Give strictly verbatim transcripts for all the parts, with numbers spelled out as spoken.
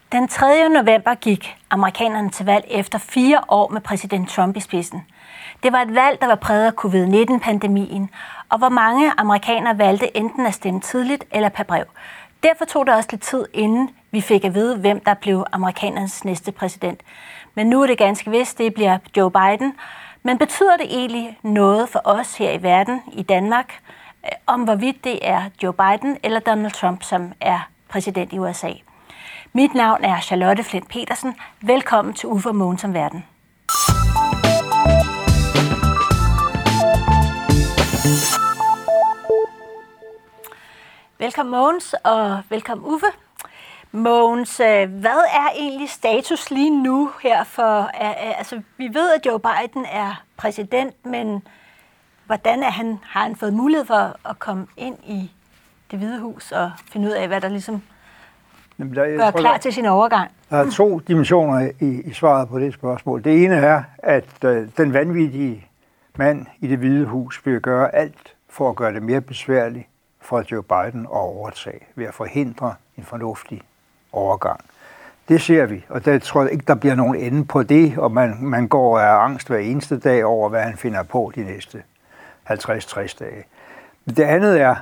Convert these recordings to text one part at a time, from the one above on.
Den tredje november gik amerikanerne til valg efter fire år med præsident Trump i spidsen. Det var et valg, der var præget af covid nitten-pandemien, og hvor mange amerikanere valgte enten at stemme tidligt eller per brev. Derfor tog det også lidt tid, inden vi fik at vide, hvem der blev amerikanernes næste præsident. Men nu er det ganske vist, det bliver Joe Biden. Men betyder det egentlig noget for os her i verden, i Danmark, om hvorvidt det er Joe Biden eller Donald Trump, som er præsident i U S A? Mit navn er Charlotte Flint Petersen. Velkommen til Uffe og Mogens om verden. Velkommen Mogens, og velkommen Uffe. Mogens, hvad er egentlig status lige nu her for, altså vi ved, at Joe Biden er præsident, men hvordan er han, har han fået mulighed for at komme ind i Det Hvide Hus og finde ud af, hvad der ligesom Jamen, der, gør klar der, til sin overgang? Der er to dimensioner i, i svaret på det spørgsmål. Det ene er, at øh, den vanvittige mand i Det Hvide Hus vil gøre alt for at gøre det mere besværligt for Joe Biden at overtage, ved at forhindre en fornuftig overgang. Det ser vi, og der tror jeg ikke, der bliver nogen ende på det, og man, man går af angst hver eneste dag over, hvad han finder på de næste halvtreds til tres dage. Det andet er,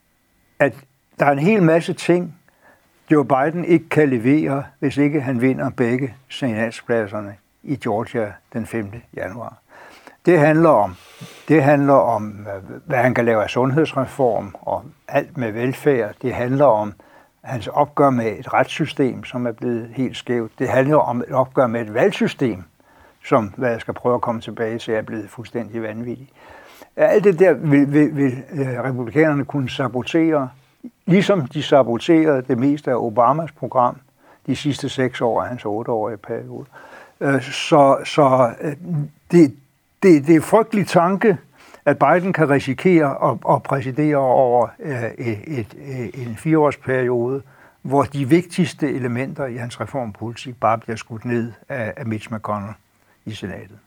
at der er en hel masse ting, Joe Biden ikke kan levere, hvis ikke han vinder begge senatspladserne i Georgia den femte januar. Det handler om, det handler om, hvad han kan lave af sundhedsreform og alt med velfærd. Det handler om hans opgør med et retssystem, som er blevet helt skævt. Det handler om et opgør med et valgsystem, som, hvad jeg skal prøve at komme tilbage til, er blevet fuldstændig vanvittigt. Alt det der vil, vil, vil republikanerne kunne sabotere, ligesom de saboterede det meste af Obamas program de sidste seks år af hans otteårige periode. Så, så det, det, det er en frygtelig tanke, at Biden kan risikere at, at præsidere over et, et, et, en fireårsperiode, hvor de vigtigste elementer i hans reformpolitik bare bliver skudt ned af, af Mitch McConnell i senatet.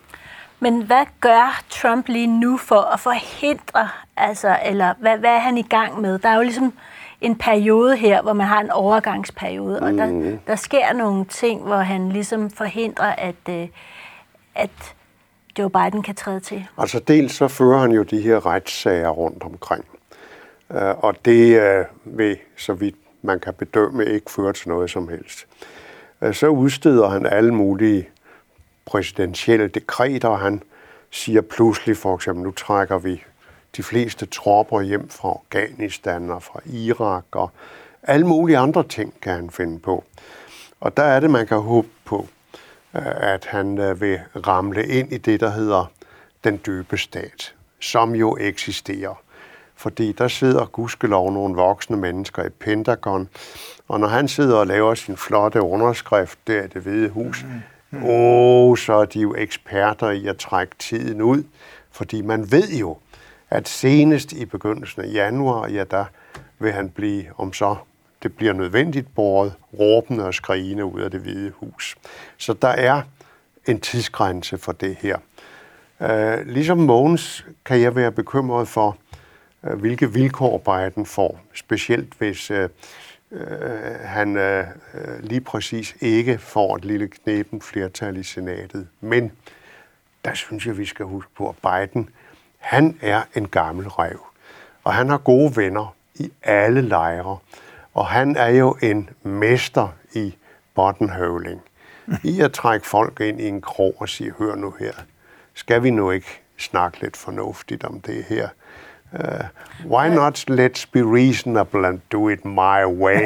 Men hvad gør Trump lige nu for at forhindre, altså, eller hvad, hvad er han i gang med? Der er jo ligesom en periode her, hvor man har en overgangsperiode, og der, der sker nogle ting, hvor han ligesom forhindrer, at, at Joe Biden kan træde til. Altså dels så fører han jo de her retssager rundt omkring, og det vil, så vidt man kan bedømme, ikke føre til noget som helst. Så udsteder han alle mulige præsidentielle dekreter. Han siger pludselig for eksempel, nu trækker vi de fleste tropper hjem fra Afghanistan og fra Irak, og alle mulige andre ting kan han finde på. Og der er det, man kan håbe på, at han vil ramle ind i det, der hedder den dybe stat, som jo eksisterer. Fordi der sidder gudskelov nogle voksne mennesker i Pentagon, og når han sidder og laver sin flotte underskrift der i Det Hvide Hus, mm. åh, så er de jo eksperter i at trække tiden ud, fordi man ved jo, at senest i begyndelsen af januar, ja, der vil han blive, om så det bliver nødvendigt, båret råbende og skrigende ud af Det Hvide Hus. Så der er en tidsgrænse for det her. Uh, ligesom Mogens kan jeg være bekymret for, uh, hvilke vilkår Biden får, specielt hvis uh, uh, han uh, lige præcis ikke får et lille kneben flertal i senatet. Men der synes jeg, vi skal huske på, at Biden, han er en gammel ræv, og han har gode venner i alle lejre. Og han er jo en mester i buttonholing. I at trække folk ind i en krog og sige, hør nu her, skal vi nu ikke snakke lidt fornuftigt om det her? Uh, why not let's be reasonable and do it my way?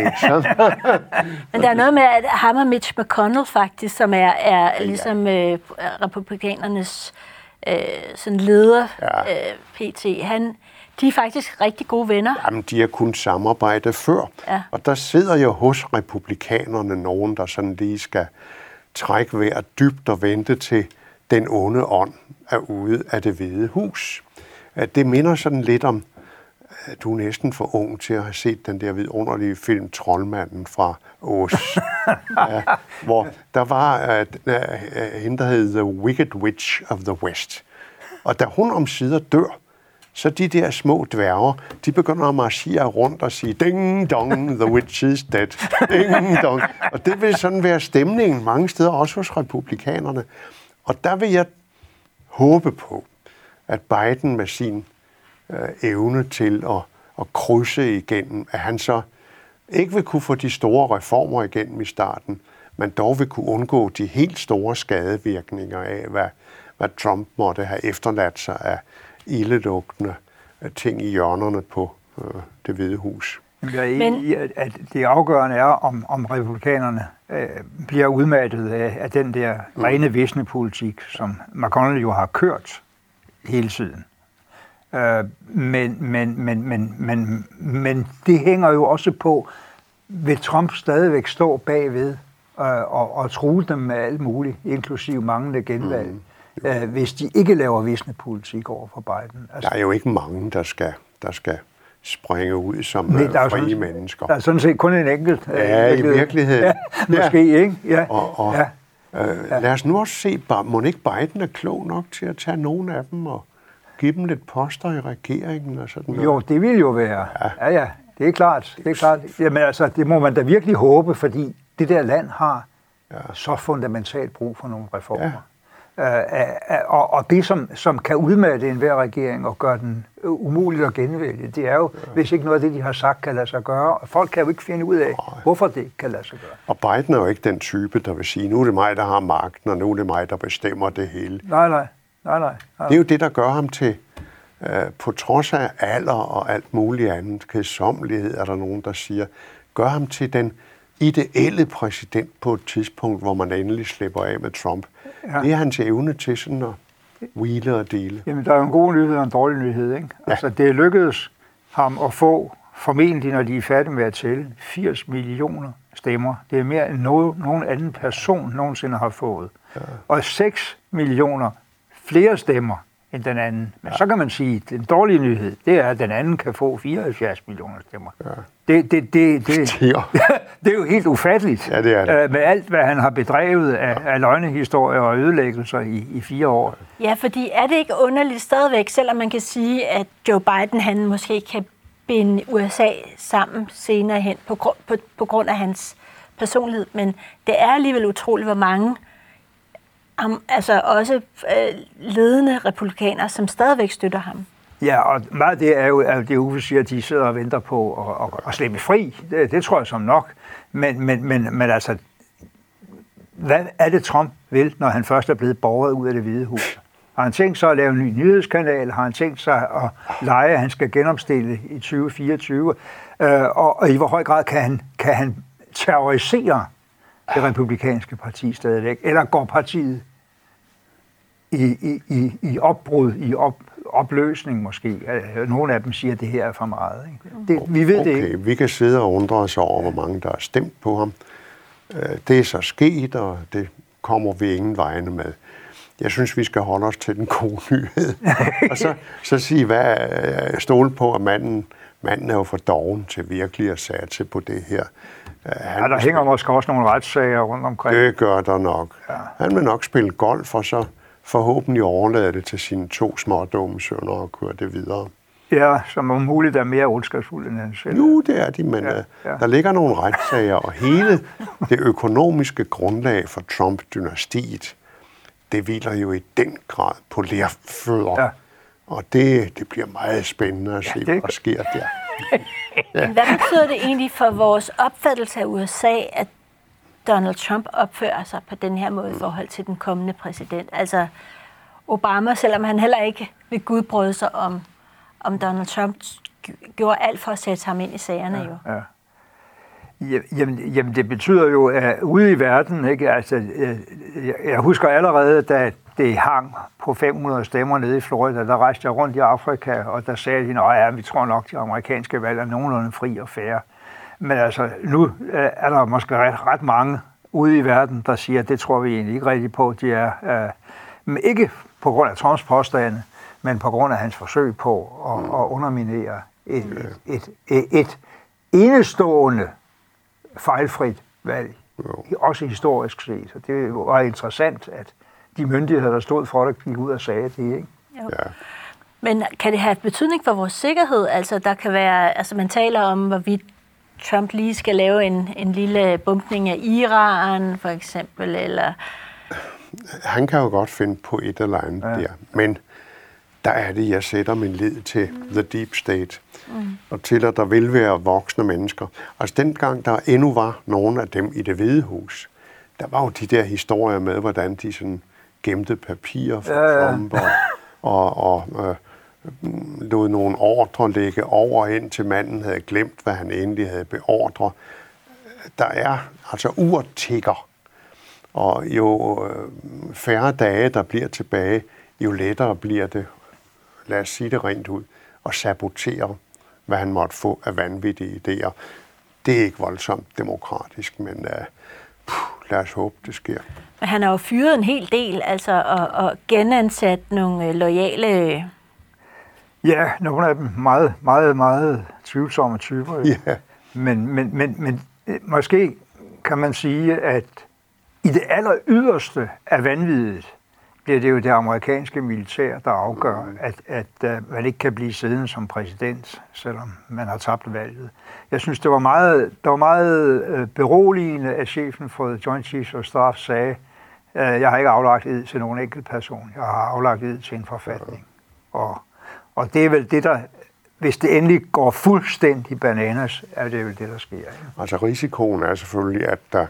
Men der er noget med, at ham og Mitch McConnell faktisk, som er, er ligesom øh, republikanernes øh, sådan leder, ja. øh, P T, han... De er faktisk rigtig gode venner. Jamen, de har kunnet samarbejde før. Ja. Og der sidder jo hos republikanerne nogen, der sådan lige skal trække vejret dybt og vente til den onde ånd er ude af Det Hvide Hus. Det minder sådan lidt om, du er næsten for ung til at have set den der vidunderlige film Troldmanden fra Ås. Ja, hvor der var uh, hende, der hed The Wicked Witch of the West. Og da hun omsider dør, så de der små dværger, de begynder at marchere rundt og sige, ding dong, the witch is dead, ding dong. Og det vil sådan være stemningen mange steder, også hos republikanerne. Og der vil jeg håbe på, at Biden med sin øh, evne til at, at krydse igennem, at han så ikke vil kunne få de store reformer igennem i starten, men dog vil kunne undgå de helt store skadevirkninger af, hvad, hvad Trump måtte have efterladt sig af ildelugtende ting i hjørnerne på øh, Det Hvide Hus. Jeg er enig i, at det afgørende er, om, om republikanerne øh, bliver udmattet af, af den der rene visnepolitik, som McConnell jo har kørt hele tiden. Øh, men, men, men, men, men, men det hænger jo også på, vil Trump stadigvæk stå bagved øh, og, og true dem med alt muligt, inklusive manglende genvalg, mm. øh, hvis de ikke laver visnepolitik over for Biden. Altså, der er jo ikke mange, der skal, der skal springe ud som nej, der frie sådan, mennesker. Der er sådan set kun en enkelt. Ja, i virkeligheden. Ja, måske, ja. ikke? Ja. Og, og, ja. Øh, lad os nu også se, må ikke Biden er klog nok til at tage nogle af dem og give dem lidt poster i regeringen og sådan noget? Jo, det vil jo være. Ja, ja, ja det er klart. Det er klart. Jamen altså, det må man da virkelig håbe, fordi det der land har ja. så fundamentalt brug for nogle reformer. Ja. Uh, uh, uh, og, og det, som, som kan udmatte enhver regering og gøre den uh, umuligt at genvælge, det er jo, ja. hvis ikke noget af det, de har sagt, kan lade sig gøre. Folk kan jo ikke finde ud af, Nej. hvorfor det kan lade sig gøre. Og Biden er jo ikke den type, der vil sige, nu er det mig, der har magten, og nu er det mig, der bestemmer det hele. Nej, nej. nej, nej, nej. Det er jo det, der gør ham til, uh, på trods af alder og alt muligt andet, kedsommelighed, er der nogen, der siger, gør ham til den ideelle præsident på et tidspunkt, hvor man endelig slipper af med Trump. Ja. Det er hans evne til sådan at hvile og dele. Jamen, der er jo en god nyhed og en dårlig nyhed, ikke? Ja. Altså, det lykkedes ham at få, formentlig, når de er færdige med at tælle, firs millioner stemmer. Det er mere end nogen, nogen anden person nogensinde har fået. Ja. Og seks millioner flere stemmer end den anden. Men ja. så kan man sige, at den dårlige nyhed, det er, at den anden kan få fireoghalvfjerds millioner stemmer. Ja. Det, det, det, det, det er jo helt ufatteligt. Ja, det er det. Med alt, hvad han har bedrevet af, af løgnehistorier og ødelæggelser i, i fire år. Ja, fordi er det ikke underligt stadigvæk, selvom man kan sige, at Joe Biden han måske kan binde U S A sammen senere hen på, på, på grund af hans personlighed, men det er alligevel utroligt, hvor mange Um, altså også øh, ledende republikanere, som stadigvæk støtter ham. Ja, og meget af det er jo, at det Uffe siger, at de sidder og venter på at, at, at slippe fri. Det, det tror jeg som nok. Men, men, men, men altså, hvad er det Trump vil, når han først er blevet borget ud af Det Hvide Hus? Har han tænkt sig at lave en ny nyhedskanal? Har han tænkt sig at lege, at han skal genopstille i tyve fireogtyve? Øh, og, og i hvor høj grad kan han, kan han terrorisere det republikanske parti stadigvæk, eller går partiet i, i, i, i opbrud, i op, opløsning måske? Nogle af dem siger, at det her er for meget. Ikke? Det, vi ved okay, det ikke. Vi kan sidde og undre os over, hvor mange der har stemt på ham. Det er så sket, og det kommer vi ingen vegne med. Jeg synes, vi skal holde os til den gode nyhed. Og så, så sige, hvad stole på, at manden, manden er jo for doven til virkelig at satse på det her. Han ja, der hænger måske også nogle retssager rundt omkring. Det gør der nok. Ja. Han vil nok spille golf, og så forhåbentlig overlade det til sine to små dumme sønner og køre det videre. Ja, som om muligt er mere ondskabsfulde end han selv. Jo, det er de, men ja, ja. der ligger nogle retssager, og hele det økonomiske grundlag for Trump-dynastiet, det hviler jo i den grad på lerfødder. Ja. Og det, det bliver meget spændende at se, ja, hvad der sker der. Ja. Hvad betyder det egentlig for vores opfattelse af U S A, at Donald Trump opfører sig på den her måde i forhold til den kommende præsident? Altså Obama, selvom han heller ikke vil gudbrøde sig om, om Donald Trump, gjorde alt for at sætte ham ind i sagerne, ja, jo. Ja. Jamen, jamen, det betyder jo, at ude i verden, ikke? Altså, jeg husker allerede, da det hang på fem hundrede stemmer nede i Florida, der rejste jeg rundt i Afrika, og der sagde de, at ja, vi tror nok, de amerikanske valg er nogenlunde fri og fair. Men altså, nu er der måske ret, ret mange ude i verden, der siger, at det tror vi egentlig ikke rigtig på, de er. Øh, men ikke på grund af Trumps påstande, men på grund af hans forsøg på at, at underminere et, et, et, et enestående fejlfrit valg, også historisk set. Og det var interessant, at de myndigheder, der stod for det, gik ud og sagde det, ikke? Jo. Ja. Men kan det have betydning for vores sikkerhed? Altså, der kan være, altså man taler om, hvorvidt Trump lige skal lave en, en lille bumpning af Iran, for eksempel, eller... Han kan jo godt finde på et eller andet ja. der, men der er det, jeg sætter min lid til mm. the deep state, mm. og til, at der vil være voksne mennesker. Altså, dengang der endnu var nogen af dem i Det Hvide Hus, der var jo de der historier med, hvordan de sådan gemte papirer for ja, ja. Trump, og, og, og øh, lod nogle ordre ligge over, indtil manden havde glemt, hvad han egentlig havde beordret. Der er altså urtikker, og jo færre dage, der bliver tilbage, jo lettere bliver det, lad os sige det rent ud, at sabotere, hvad han måtte få af vanvittige idéer. Det er ikke voldsomt demokratisk, men uh, puh, lad os håbe, det sker. Men han har jo fyret en hel del, altså, og, og genansat nogle loyale... Ja, nogle af dem meget, meget, meget tvivlsomme typer. Ja. Men, men, men, men måske kan man sige, at i det aller yderste af vanviddet bliver det jo det amerikanske militær, der afgør, at, at, at man ikke kan blive siddende som præsident, selvom man har tabt valget. Jeg synes, det var meget, det var meget beroligende, at chefen for Joint Chiefs of Staff sagde, at jeg har ikke aflagt ed til nogen enkelt person, jeg har aflagt ed til en forfatning. Og, og det er vel det, der, hvis det endelig går fuldstændig bananas, er det vel det, der sker. Ikke? Altså risikoen er selvfølgelig, at der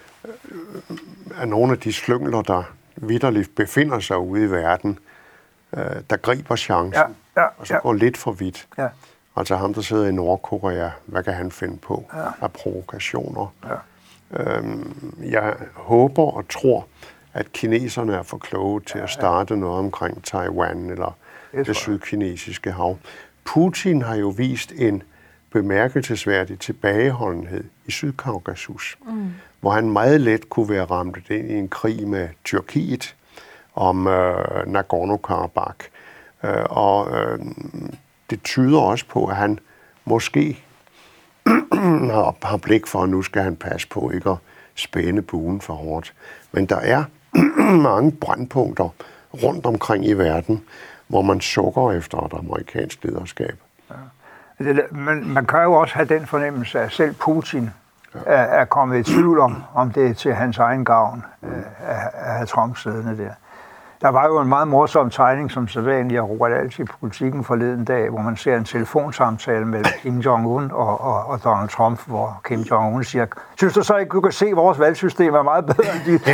er nogle af de slyngler, der vitterligt befinder sig ude i verden, der griber chancen, ja, ja, og så ja. går lidt for vidt. Ja. Altså ham, der sidder i Nordkorea, hvad kan han finde på ja. af provokationer? Ja. Øhm, jeg håber og tror, at kineserne er for kloge til at starte noget omkring Taiwan eller det, det sydkinesiske hav. Putin har jo vist en bemærkelsesværdig tilbageholdenhed i Sydkaukasus, mm. hvor han meget let kunne være ramt ind i en krig med Tyrkiet om øh, Nagorno-Karabakh. Øh, og øh, det tyder også på, at han måske har, har blik for, at nu skal han passe på ikke at spænde buen for hårdt. Men der er mange brandpunkter rundt omkring i verden, hvor man sukker efter et amerikansk lederskab. Ja. Men man kan jo også have den fornemmelse, at selv Putin ja. er, er kommet i tvivl om, om det er til hans egen gavn mm. at, at have Trump siddende der. Der var jo en meget morsom tegning, som sædvanligt har roet altid i politikken forleden dag, hvor man ser en telefonsamtale mellem Kim Jong-un og, og, og Donald Trump, hvor Kim Jong-un siger, synes du så ikke, du kan se, at vores valgsystem er meget bedre end dit?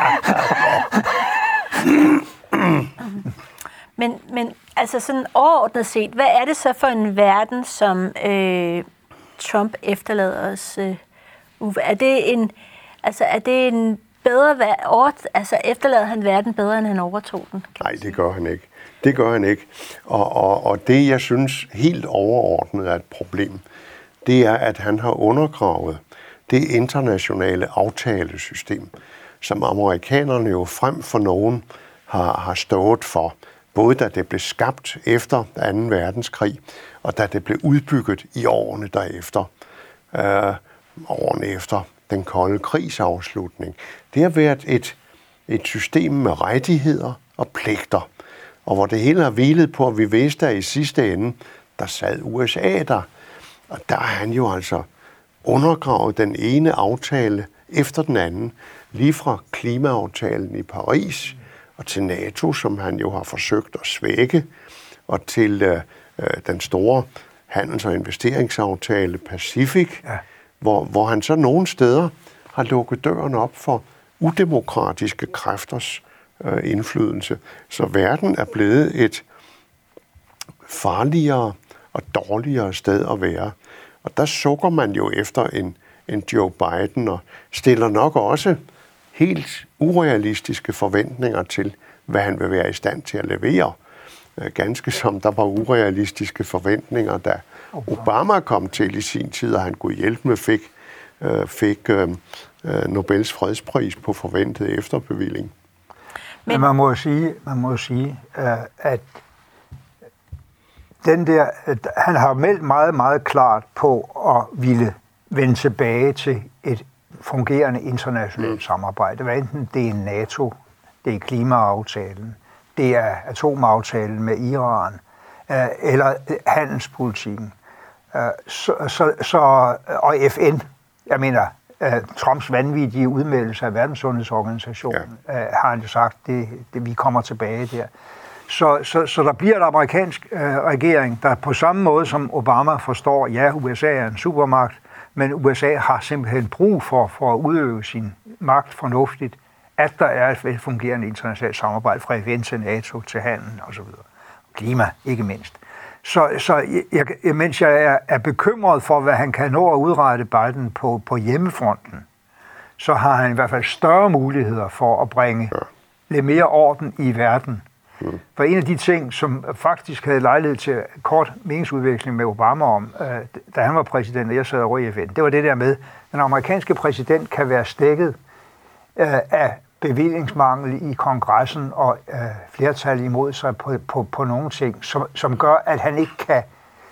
Men, men altså sådan overordnet set, hvad er det så for en verden, som øh, Trump efterlader os? Øh, Uffe? Er det en, altså er det en bedre, altså efterlader han verden bedre, end han overtog den? Nej, det gør han ikke. Det gør han ikke. Og, og, og det, jeg synes helt overordnet er et problem, det er, at han har undergravet det internationale aftalesystem, som amerikanerne jo frem for nogen har, har stået for. Både da det blev skabt efter anden verdenskrig, og da det blev udbygget i årene derefter. Øh, årene efter den kolde krigs afslutning. Det har været et, et system med rettigheder og pligter, og hvor det hele har hvilet på, at vi vidste, at i sidste ende, der sad U S A der. Og der har han jo altså undergravet den ene aftale efter den anden, lige fra klimaaftalen i Paris, og til NATO, som han jo har forsøgt at svække, og til øh, den store handels- og investeringsaftale Pacific, ja. hvor, hvor han så nogle steder har lukket døren op for udemokratiske kræfters øh, indflydelse. Så verden er blevet et farligere og dårligere sted at være. Og der sukker man jo efter en, en Joe Biden, og stiller nok også helt urealistiske forventninger til, hvad han vil være i stand til at levere. Ganske som der var urealistiske forventninger, da Obama kom til i sin tid, og han kunne hjælpe med, fik, fik Nobels fredspris på forventet efterbevilling. Men man må sige, man må sige at den der, at han har meldt meget, meget klart på at ville vende tilbage til et fungerende internationalt mm. samarbejde. Hvad enten det er NATO, det er klimaaftalen, det er atomaftalen med Iran. øh, eller handelspolitikken. Øh, så, så, så, og F N, jeg mener, øh, Trumps vanvittige udmeldelse af Verdenssundhedsorganisationen, ja. øh, har han jo sagt, det, det, vi kommer tilbage der. Så, så, så der bliver en amerikansk øh, regering, der på samme måde som Obama forstår, ja, U S A er en supermagt, men U S A har simpelthen brug for, for at udøve sin magt fornuftigt, at der er et fungerende internationalt samarbejde fra F N til NATO til handel osv. Klima, ikke mindst. Så, så jeg, mens jeg er, er bekymret for, hvad han kan nå at udrette Biden på, på hjemmefronten, så har han i hvert fald større muligheder for at bringe lidt mere orden i verden. Mm. For en af de ting, som faktisk havde lejlighed til kort meningsudveksling med Obama om, øh, da han var præsident, og jeg sad over i F N, det var det der med, at den amerikanske præsident kan være stækket øh, af bevillingsmangel i kongressen og øh, flertal imod sig på, på, på nogle ting, som, som gør, at han ikke kan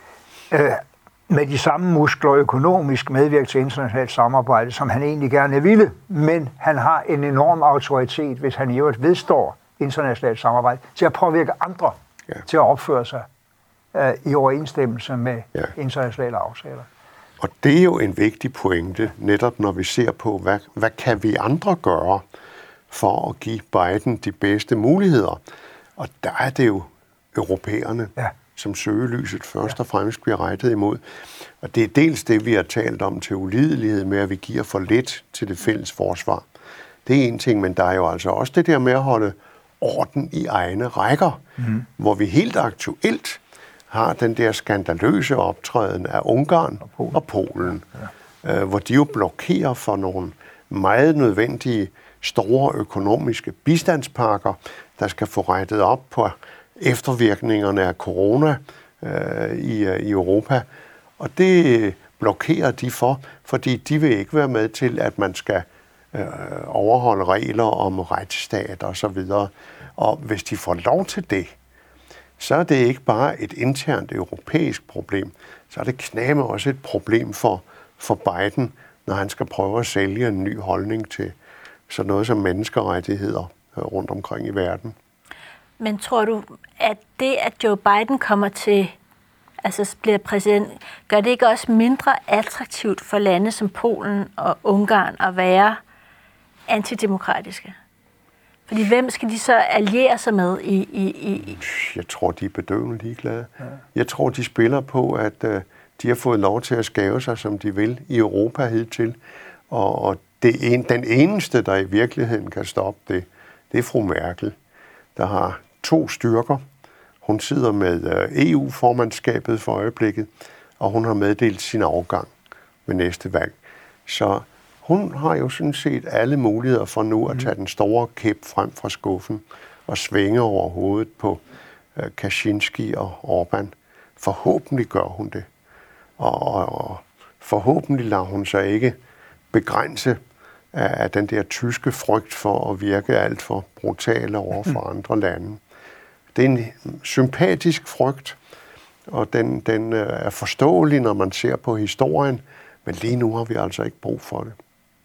øh, med de samme muskler økonomisk medvirke til internationalt samarbejde, som han egentlig gerne ville, men han har en enorm autoritet, hvis han i øvrigt vedstår internationalt samarbejde, til at påvirke andre ja. til at opføre sig øh, i overensstemmelse med ja. internationale aftaler. Og det er jo en vigtig pointe, netop når vi ser på, hvad, hvad kan vi andre gøre for at give Biden de bedste muligheder. Og der er det jo europæerne, ja. som søgelyset først ja. og fremmest bliver rettet imod. Og det er dels det, vi har talt om til ulidelighed med, at vi giver for lidt til det fælles forsvar. Det er en ting, men der er jo altså også det der med at holde orden i egne rækker, mm. hvor vi helt aktuelt har den der skandaløse optræden af Ungarn og Polen, og Polen ja. øh, hvor de jo blokerer for nogle meget nødvendige store økonomiske bistandspakker, der skal få rettet op på eftervirkningerne af corona øh, i, øh, i Europa. Og det blokerer de for, fordi de vil ikke være med til, at man skal øh, overholde regler om retsstat og så videre. Og hvis de får lov til det, så er det ikke bare et internt europæisk problem, så er det knæme også et problem for, for Biden, når han skal prøve at sælge en ny holdning til sådan noget som menneskerettigheder rundt omkring i verden. Men tror du, at det, at Joe Biden kommer til, altså bliver præsident, gør det ikke også mindre attraktivt for lande som Polen og Ungarn at være antidemokratiske? Fordi hvem skal de så alliere sig med i... i, i... Jeg tror, de er bedøvende ligeglade. Ja. Jeg tror, de spiller på, at uh, de har fået lov til at skæve sig, som de vil, i Europa hidtil. Og, og det en, den eneste, der i virkeligheden kan stoppe det, det er fru Merkel, der har to styrker. Hun sidder med uh, E U-formandskabet for øjeblikket, og hun har meddelt sin afgang ved næste valg. Så hun har jo sådan set alle muligheder for nu at tage den store kæp frem fra skuffen og svinge over hovedet på uh, Kaczynski og Orbán. Forhåbentlig gør hun det. Og, og, og forhåbentlig lader hun sig ikke begrænse af, af den der tyske frygt for at virke alt for brutale over for andre lande. Det er en sympatisk frygt, og den, den er forståelig, når man ser på historien, men lige nu har vi altså ikke brug for det.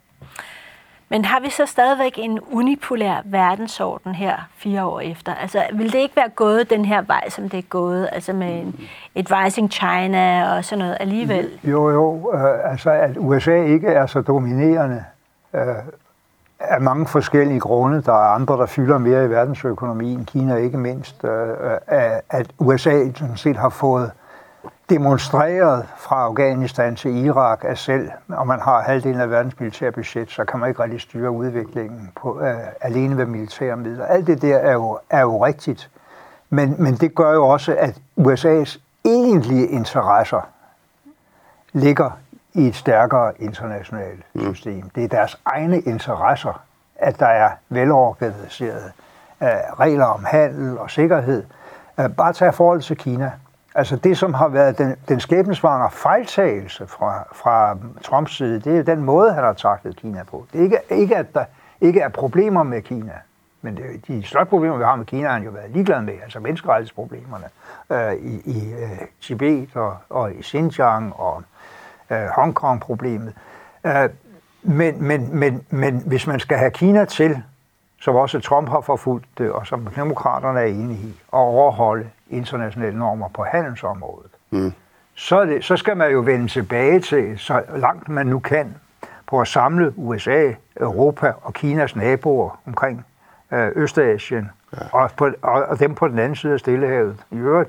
Men har vi så stadigvæk en unipolær verdensorden her fire år efter? Altså, vil det ikke være gået den her vej, som det er gået? Altså med en, et rising China og sådan noget alligevel? Jo, jo. Øh, altså, at U S A ikke er så dominerende øh, af mange forskellige grunde. Der er andre, der fylder mere i verdensøkonomien. Kina ikke mindst. Øh, at U S A sådan set har fået demonstreret fra Afghanistan til Irak af selv, og man har halvdelen af verdens militærbudget, så kan man ikke rigtig styre udviklingen på, øh, alene ved militære midler. Alt det der er jo, er jo rigtigt, men, men det gør jo også, at U S A's egentlige interesser ligger i et stærkere internationalt system. Det er deres egne interesser, at der er velorganiserede øh, regler om handel og sikkerhed. Øh, bare tag forhold til Kina. Altså det, som har været den, den skæbnesvangre fejltagelse fra, fra Trumps side, det er den måde, han har taklet Kina på. Det er ikke, ikke at der ikke er problemer med Kina, men det, de største problemer, vi har med Kina, har han jo været ligeglad med, altså menneskerettighedsproblemerne øh, i, i øh, Tibet og, og i Xinjiang og øh, Hongkong-problemet. Øh, men, men, men, men hvis man skal have Kina til, som også Trump har forfulgt det, og som demokraterne er enige i, at overholde internationale normer på handelsområdet, mm. så, er det, så skal man jo vende tilbage til, så langt man nu kan, på at samle U S A, Europa og Kinas naboer omkring øh, Østasien, ja. og, på, og, og dem på den anden side af Stillehavet i øvrigt,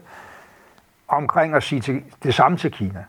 omkring at sige til, det samme til Kina.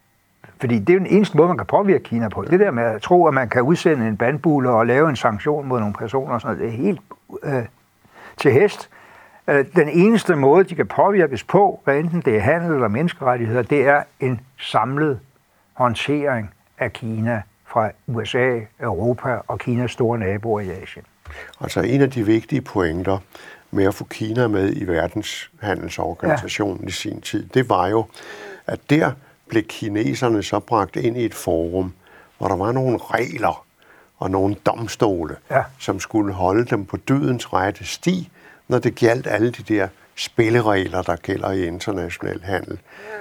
Fordi det er jo den eneste måde, man kan påvirke Kina på. Det der med at tro, at man kan udsende en bandbulle og lave en sanktion mod nogle personer, og sådan noget, det er helt øh, til hest. Øh, den eneste måde, de kan påvirkes på, hvad enten det er handel eller menneskerettigheder, det er en samlet håndtering af Kina fra U S A, Europa og Kinas store naboer i Asien. Altså en af de vigtige pointer med at få Kina med i verdenshandelsorganisationen ja. i sin tid, det var jo, at der blev kineserne så bragt ind i et forum, hvor der var nogle regler og nogle domstole, ja. som skulle holde dem på dydens rette sti, når det gjaldt alle de der spilleregler, der gælder i international handel.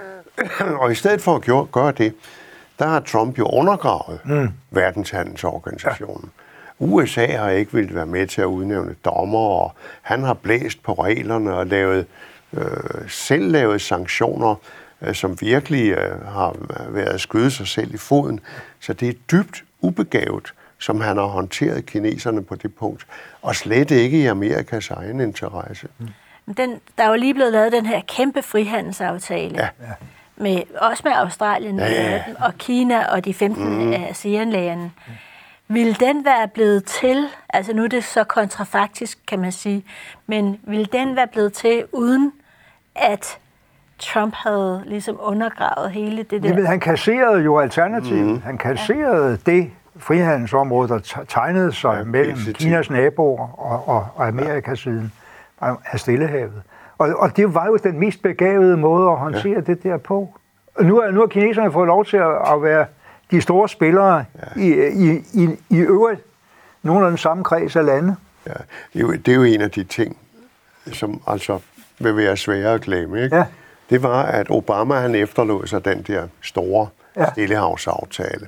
Og i stedet for at gøre det, der har Trump jo undergravet mm. verdenshandelsorganisationen. Ja. U S A har ikke ville være med til at udnævne dommer, og han har blæst på reglerne og lavet, øh, selv lavet sanktioner, øh, som virkelig øh, har været at skyde sig selv i foden. Så det er dybt ubegavet, som han har håndteret kineserne på det punkt, og slet ikke i Amerikas egen interesse. Mm. Den, der er jo lige blevet lavet den her kæmpe frihandelsaftale. Ja. Ja. Med, også med Australien ja, ja. og Kina og de femten mm. ASEAN-lande. Mm. Vil den være blevet til, altså nu er det så kontrafaktisk, kan man sige, men vil den være blevet til, uden at Trump havde ligesom undergravet hele det der? Jamen, han kasserede jo alternativet. Mm. Han kasserede ja. det frihandelsområde, der tegnede sig ja, mellem Kinas naboer og, og, og Amerikasiden af Stillehavet. Og, og det var jo den mest begavede måde at håndtere ja. det der på. Og nu har nu er kineserne fået lov til at, at være de store spillere ja. i, i, i, i øvrigt nogle af den samme kreds af lande. Ja, det er, jo, det er jo en af de ting, som altså vil være svære at glemme. Ikke? Ja. Det var, at Obama han efterlod sig den der store ja. Stillehavsaftale.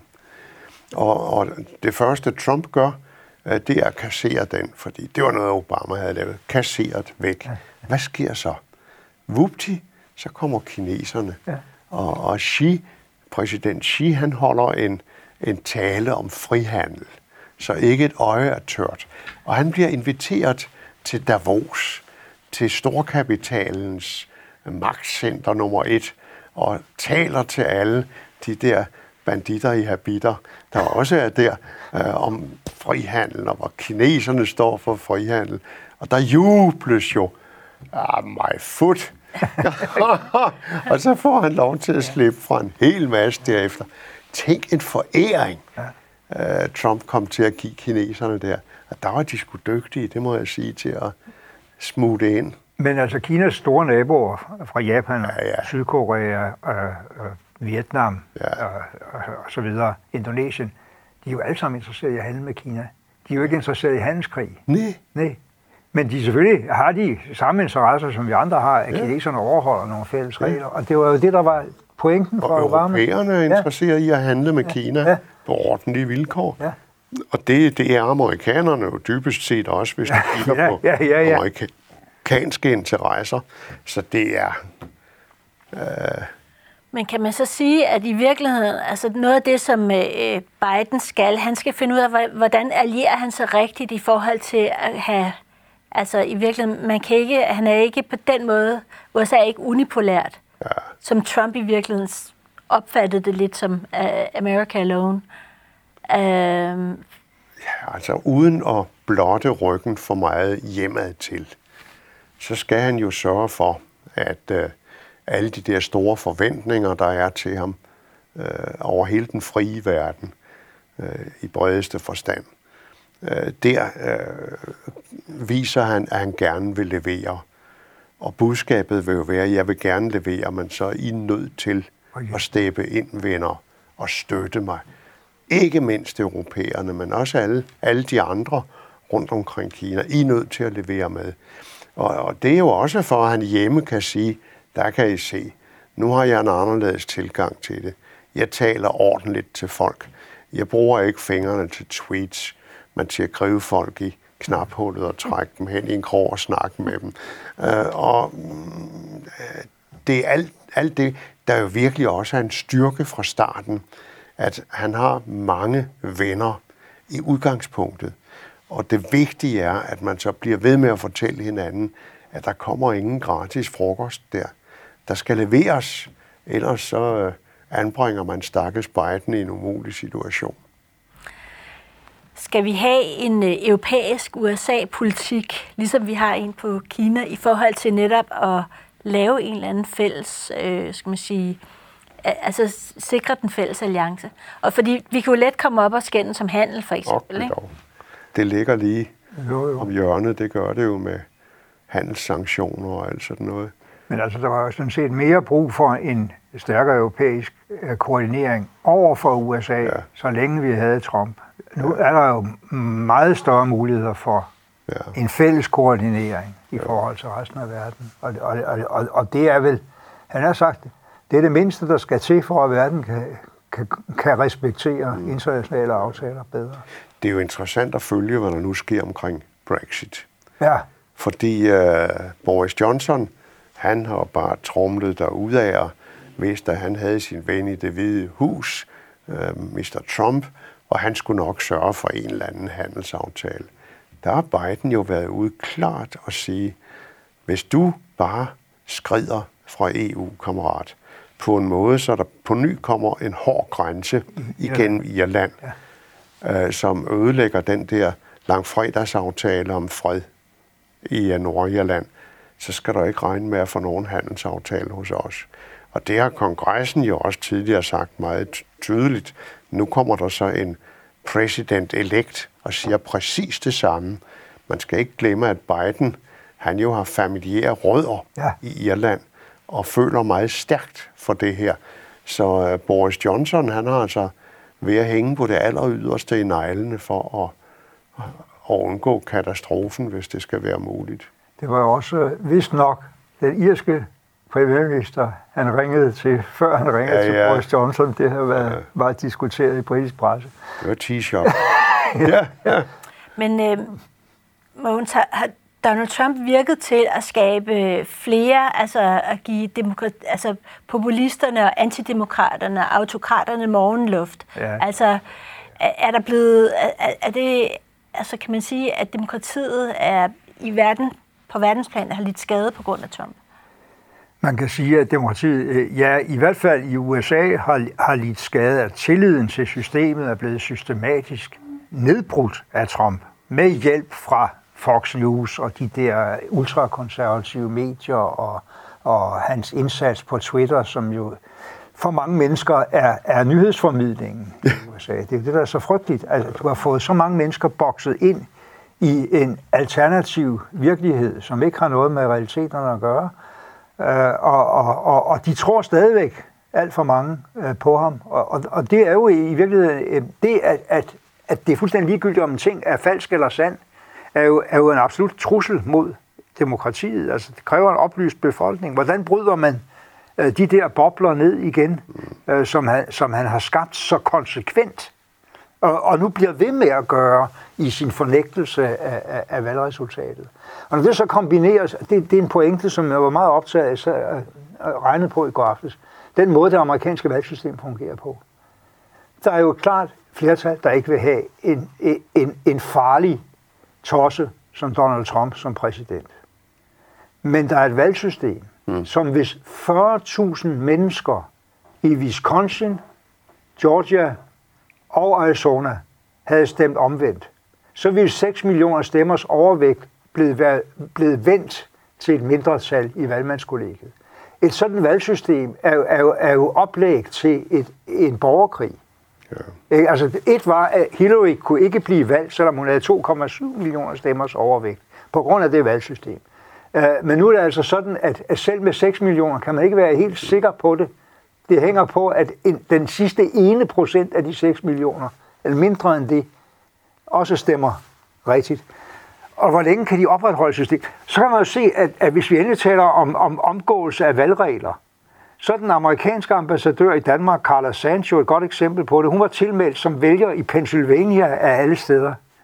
Og, og det første Trump gør, det er at kassere den, fordi det var noget, Obama havde lavet. Kasseret væk. Ja. Hvad sker så? Vupti, så kommer kineserne. Ja. Og, og Xi, præsident Xi, han holder en, en tale om frihandel. Så ikke et øje er tørt. Og han bliver inviteret til Davos, til storkapitalens magtcenter nummer et, og taler til alle de der banditter i habitter, der også er der, øh, om frihandel, og hvor kineserne står for frihandel. Og der jubles jo, ah, my foot. Og så får han lov til at slippe fra en hel masse derefter. Tænk en foræring, uh, Trump kom til at give kineserne der. Og der var de sgu dygtige, det må jeg sige, til at smutte ind. Men altså Kinas store naboer fra Japan, ja, ja. Sydkorea, øh, øh, Vietnam ja. øh, og så videre, Indonesien, de er jo alle sammen interesserede i at handle med Kina. De er jo ikke interesserede i handelskrig. Nej. Nej. Men de selvfølgelig har de samme interesser, som vi andre har, at ja. kineserne overholder nogle fælles regler. Ja. Og det var jo det, der var pointen fra og Obama. Og europæerne er interesserede ja. i at handle med ja. Kina ja. på ordentlige vilkår. Ja. Og det, det er amerikanerne jo dybest set også, hvis du kigger ja. på ja, ja, ja. amerikanske interesser. Så det er... Øh, Men kan man så sige, at i virkeligheden, altså noget af det, som øh, Biden skal, han skal finde ud af, hvordan allierer han sig rigtigt i forhold til at have, altså i virkeligheden, man kan ikke, han er ikke på den måde, U S A er ikke unipolært, ja. som Trump i virkeligheden opfattede det lidt som uh, America alone. Uh, ja, altså uden at blotte ryggen for meget hjemad til, så skal han jo sørge for, at uh, alle de der store forventninger, der er til ham øh, over hele den frie verden, øh, i bredeste forstand, øh, der øh, viser han, at han gerne vil levere. Og budskabet vil jo være, at jeg vil gerne levere, men så er I nødt til at steppe ind, venner, og støtte mig. Ikke mindst europæerne, men også alle, alle de andre rundt omkring Kina. I er nødt til at levere med. Og, og det er jo også for, at han hjemme kan sige, der kan I se, nu har jeg en anderledes tilgang til det. Jeg taler ordentligt til folk. Jeg bruger ikke fingrene til tweets, men til at gribe folk i knaphullet og trække dem hen i en krog og snakke med dem. Øh, og øh, det er alt, alt det, der jo virkelig også er en styrke fra starten, at han har mange venner i udgangspunktet. Og det vigtige er, at man så bliver ved med at fortælle hinanden, at der kommer ingen gratis frokost der. Der skal leveres, ellers så øh, anbringer man stakkels Biden i en umulig situation. Skal vi have en øh, europæisk U S A-politik, ligesom vi har en på Kina, i forhold til netop at lave en eller anden fælles, øh, skal man sige, altså sikre den fælles alliance? Og fordi vi kan jo let komme op og skændes som handel, for eksempel, Okay, ikke? Det ligger lige Jo, jo. om hjørnet, det gør det jo med handelssanktioner og alt sådan noget. Men altså, der var jo sådan set mere brug for en stærkere europæisk øh, koordinering over for U S A, ja. Så længe vi havde Trump. Nu er der jo meget større muligheder for ja. en fælles koordinering i ja. forhold til resten af verden. Og, og, og, og det er vel, han har sagt, det er det mindste, der skal til for, at verden kan, kan, kan respektere mm. internationale aftaler bedre. Det er jo interessant at følge, hvad der nu sker omkring Brexit. Ja. Fordi uh, Boris Johnson, han har bare tromlet derudad og vidste, at han havde sin ven i Det Hvide Hus, uh, mister Trump, og han skulle nok sørge for en eller anden handelsaftale. Der har Biden jo været ude klart og sige, hvis du bare skrider fra E U, kammerat, på en måde, så der på ny kommer en hård grænse igennem Irland, ja. øh, som ødelægger den der langfredagsaftale om fred i Nordirland, så skal der ikke regne med at få nogen handelsaftale hos os. Og det har kongressen jo også tidligere sagt meget tydeligt. Nu kommer der så en president-elect og siger præcis det samme. Man skal ikke glemme, at Biden, han jo har familiære rødder ja. i Irland, og føler meget stærkt for det her. Så uh, Boris Johnson, han har altså ved at hænge på det aller yderste i neglene for at, at undgå katastrofen, hvis det skal være muligt. Det var jo også vist nok den irske premierminister, han ringede til, før han ringede ja, ja. til Boris Johnson. Det har været ja. meget diskuteret i britisk presse. Det var T-shop. ja, ja. Men øh, Mogens, har, har Donald Trump virket til at skabe flere, altså at give demokrat, altså populisterne og antidemokraterne og autokraterne morgenluft? Ja. Altså, er, er der blevet, er, er det, altså kan man sige, at demokratiet er i verden, på verdensplan har lidt skade på grund af Trump? Man kan sige, at demokratiet, ja, i hvert fald i U S A, har, har lidt skade, at tilliden til systemet er blevet systematisk nedbrudt af Trump, med hjælp fra Fox News og de der ultrakonservative medier og, og hans indsats på Twitter, som jo for mange mennesker er, er nyhedsformidlingen i U S A. Det er det, der er så frygteligt, at du har fået så mange mennesker bokset ind i en alternativ virkelighed, som ikke har noget med realiteterne at gøre. Uh, og, og, og, og de tror stadigvæk alt for mange uh, på ham. Og, og, og det er jo i virkeligheden, det at, at, at det er fuldstændig ligegyldigt, om en ting er falsk eller sand, er jo, er jo en absolut trussel mod demokratiet. Altså, det kræver en oplyst befolkning. Hvordan bryder man uh, de der bobler ned igen, uh, som, han, som han har skabt så konsekvent, og, og nu bliver ved med at gøre i sin fornægtelse af, af, af valgresultatet. Og når det så kombineres, det, det er en pointe, som jeg var meget optaget af at regne på i går aftes, den måde, det amerikanske valgsystem fungerer på. Der er jo et klart flertal, der ikke vil have en, en, en farlig tosse som Donald Trump som præsident. Men der er et valgsystem, mm. som hvis fyrre tusind mennesker i Wisconsin, Georgia og Arizona havde stemt omvendt, så ville seks millioner stemmers overvægt blevet, blevet vendt til et mindretal i valgmandskollegiet. Et sådan valgsystem er jo, er jo, er jo oplæg til et, en borgerkrig. Ja. Altså, et var, at Hillary kunne ikke blive valgt, selvom hun havde to komma syv millioner stemmers overvægt, på grund af det valgsystem. Men nu er det altså sådan, at selv med seks millioner kan man ikke være helt sikker på det. Det hænger på, at den sidste ene procent af de seks millioner, eller mindre end det, også stemmer rigtigt. Og hvor længe kan de opretholde systemet? Så kan man jo se, at, at hvis vi endelig taler om, om omgåelse af valgregler, så er den amerikanske ambassadør i Danmark, Carla Sancho, et godt eksempel på det. Hun var tilmeldt som vælger i Pennsylvania af alle steder.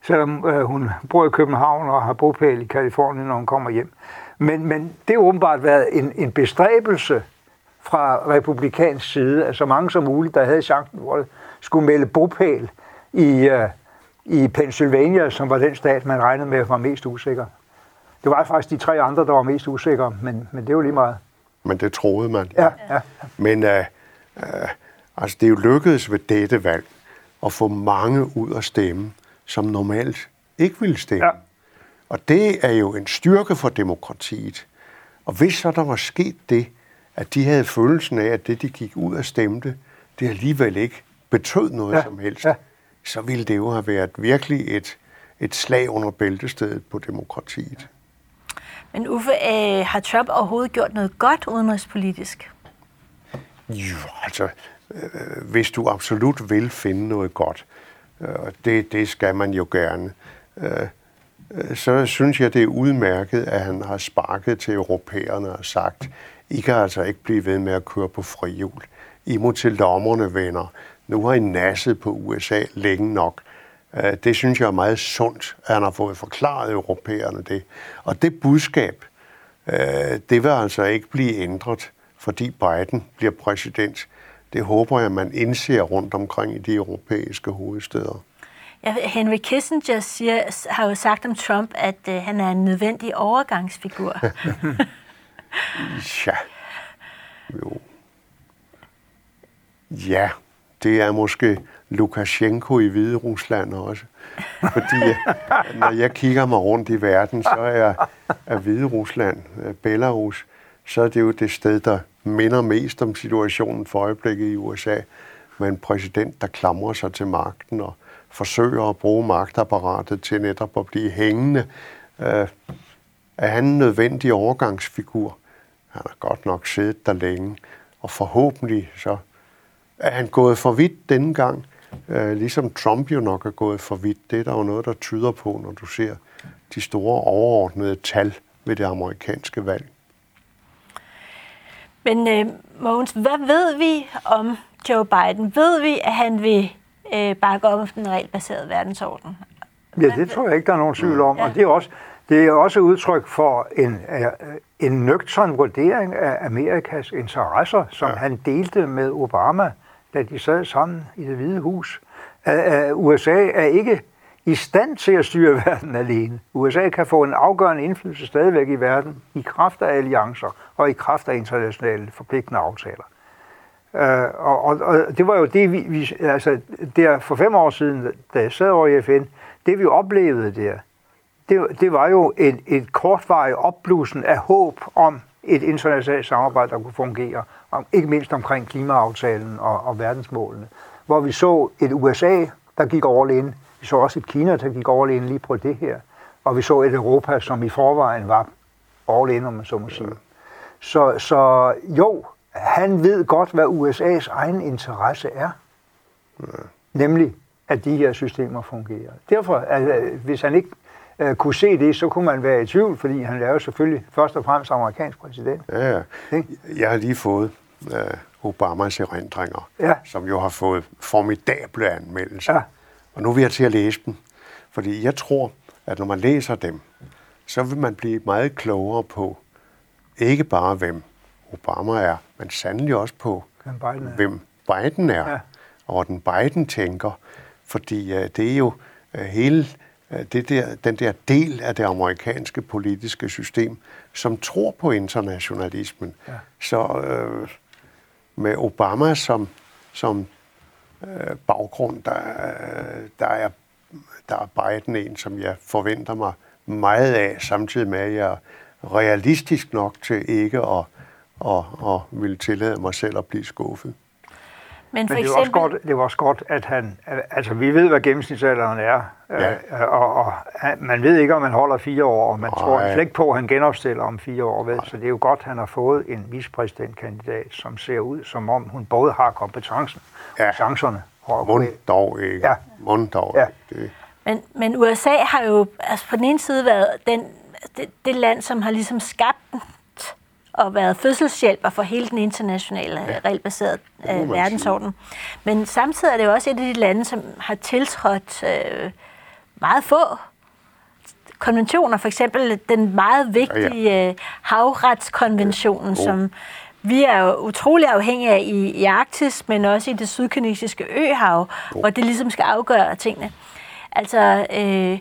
selvom øh, hun bor i København og har bopæl i Kalifornien, når hun kommer hjem. Men, men det har åbenbart været en, en bestræbelse fra republikansk side, at så mange som muligt, der havde chancen, hvor det skulle melde bopæl i, øh, i Pennsylvania, som var den stat, man regnede med var mest usikker. Det var faktisk de tre andre, der var mest usikre, men, men det var lige meget. Men det troede man. Ja, ja. Men øh, øh, altså, det er jo lykkedes ved dette valg at få mange ud at stemme, som normalt ikke ville stemme. Ja. Og det er jo en styrke for demokratiet. Og hvis så der var sket det, at de havde følelsen af, at det, de gik ud og stemte, det alligevel ikke betød noget ja. som helst, ja. så ville det jo have været virkelig et, et slag under bæltestedet på demokratiet. Men Uffe, øh, har Trump overhovedet gjort noget godt udenrigspolitisk? Jo, altså, øh, hvis du absolut vil finde noget godt, øh, det, det skal man jo gerne, øh, øh, så synes jeg, det er udmærket, at han har sparket til europæerne og sagt, I kan altså ikke blive ved med at køre på frihjul. I må til lommerne, venner. Nu har I nasset på U S A længe nok. Det synes jeg er meget sundt, at han har fået forklaret europæerne det. Og det budskab, det vil altså ikke blive ændret, fordi Biden bliver præsident. Det håber jeg, man indser rundt omkring i de europæiske hovedstæder. Ja, Henry Kissinger siger, har jo sagt om Trump, at uh, han er en nødvendig overgangsfigur. ja. Jo. Ja, det er måske Lukashenko i Hvide Rusland også. Fordi når jeg kigger mig rundt i verden, så er, er Hvide Rusland, Belarus, så er det jo det sted, der minder mest om situationen for øjeblikket i U S A, med en præsident, der klamrer sig til magten og forsøger at bruge magtapparatet til netop at blive hængende. Er han en nødvendig overgangsfigur? Han har godt nok siddet der længe, og forhåbentlig så er han gået for vidt denne gang, øh, ligesom Trump jo nok er gået for vidt. Det er der jo noget, der tyder på, når du ser de store overordnede tal ved det amerikanske valg. Men øh, Mogens, hvad ved vi om Joe Biden? Ved vi, at han vil øh, bakke op om den regelbaserede verdensorden? Ja, det tror jeg ikke, der er nogen tvivl om. Ja. Og det er også, det er også udtryk for en, en nøgtern vurdering af Amerikas interesser, som ja. han delte med Obama, da de sad sammen i Det Hvide Hus. U S A er ikke i stand til at styre verden alene. U S A kan få en afgørende indflydelse stadigvæk i verden, i kraft af alliancer og i kraft af internationale forpligtende aftaler. Uh, og, og, og det var jo det, vi, vi altså, der for fem år siden, da jeg sad over i F N, det vi oplevede der, det, det var jo et, et kortvarigt opblussen af håb om et internationalt samarbejde, der kunne fungere, om, ikke mindst omkring klimaaftalen og, og verdensmålene, hvor vi så et U S A, der gik all in, vi så også et Kina, der gik all in lige på det her, og vi så et Europa, som i forvejen var all in, om man så må sige. Så, så jo, han ved godt, hvad U S A's egen interesse er, ja. nemlig at de her systemer fungerer. Derfor, altså, hvis han ikke uh, kunne se det, så kunne man være i tvivl, fordi han er jo selvfølgelig først og fremmest amerikansk præsident. Ja, ja. Jeg har lige fået uh, Obamas erindringer, ja. som jo har fået formidable anmeldelser. Ja. Og nu vil jeg til at læse dem, fordi jeg tror, at når man læser dem, så vil man blive meget klogere på, ikke bare hvem Obama er, men sandelig også på, hvem Biden er, hvem Biden er ja. og hvordan Biden tænker. Fordi uh, det er jo uh, hele uh, det der, den der del af det amerikanske politiske system, som tror på internationalismen. Ja. Så uh, med Obama som, som uh, baggrund, der, uh, der, er, der er Biden en, som jeg forventer mig meget af, samtidig med, at jeg er realistisk nok til ikke at og, og ville tillade mig selv at blive skuffet. Men, for Men det, var eksempel... også godt, det var også godt, at han... Altså, vi ved, hvad gennemsnitsalderen er, ja. og, og man ved ikke, om man holder fire år, og man Ej. tror slet ikke på, at han genopstiller om fire år. Ved. Så det er jo godt, at han har fået en vicepræsidentkandidat, som ser ud, som om hun både har kompetencen ja. og chancerne. Mund dog ikke. Ja. Mund dog ja. ikke. Men, men U S A har jo altså på den ene side været den, det, det land, som har ligesom skabt og været fødselshjælper for hele den internationale ja. regelbaserede øh, verdensorden. Men samtidig er det jo også et af de lande, som har tiltrådt øh, meget få konventioner, for eksempel den meget vigtige ja, ja. havretskonventionen, ja. som vi er jo utrolig afhængige af i, i Arktis, men også i det sydkinesiske øhav, ja. hvor det ligesom skal afgøre tingene. Altså, øh,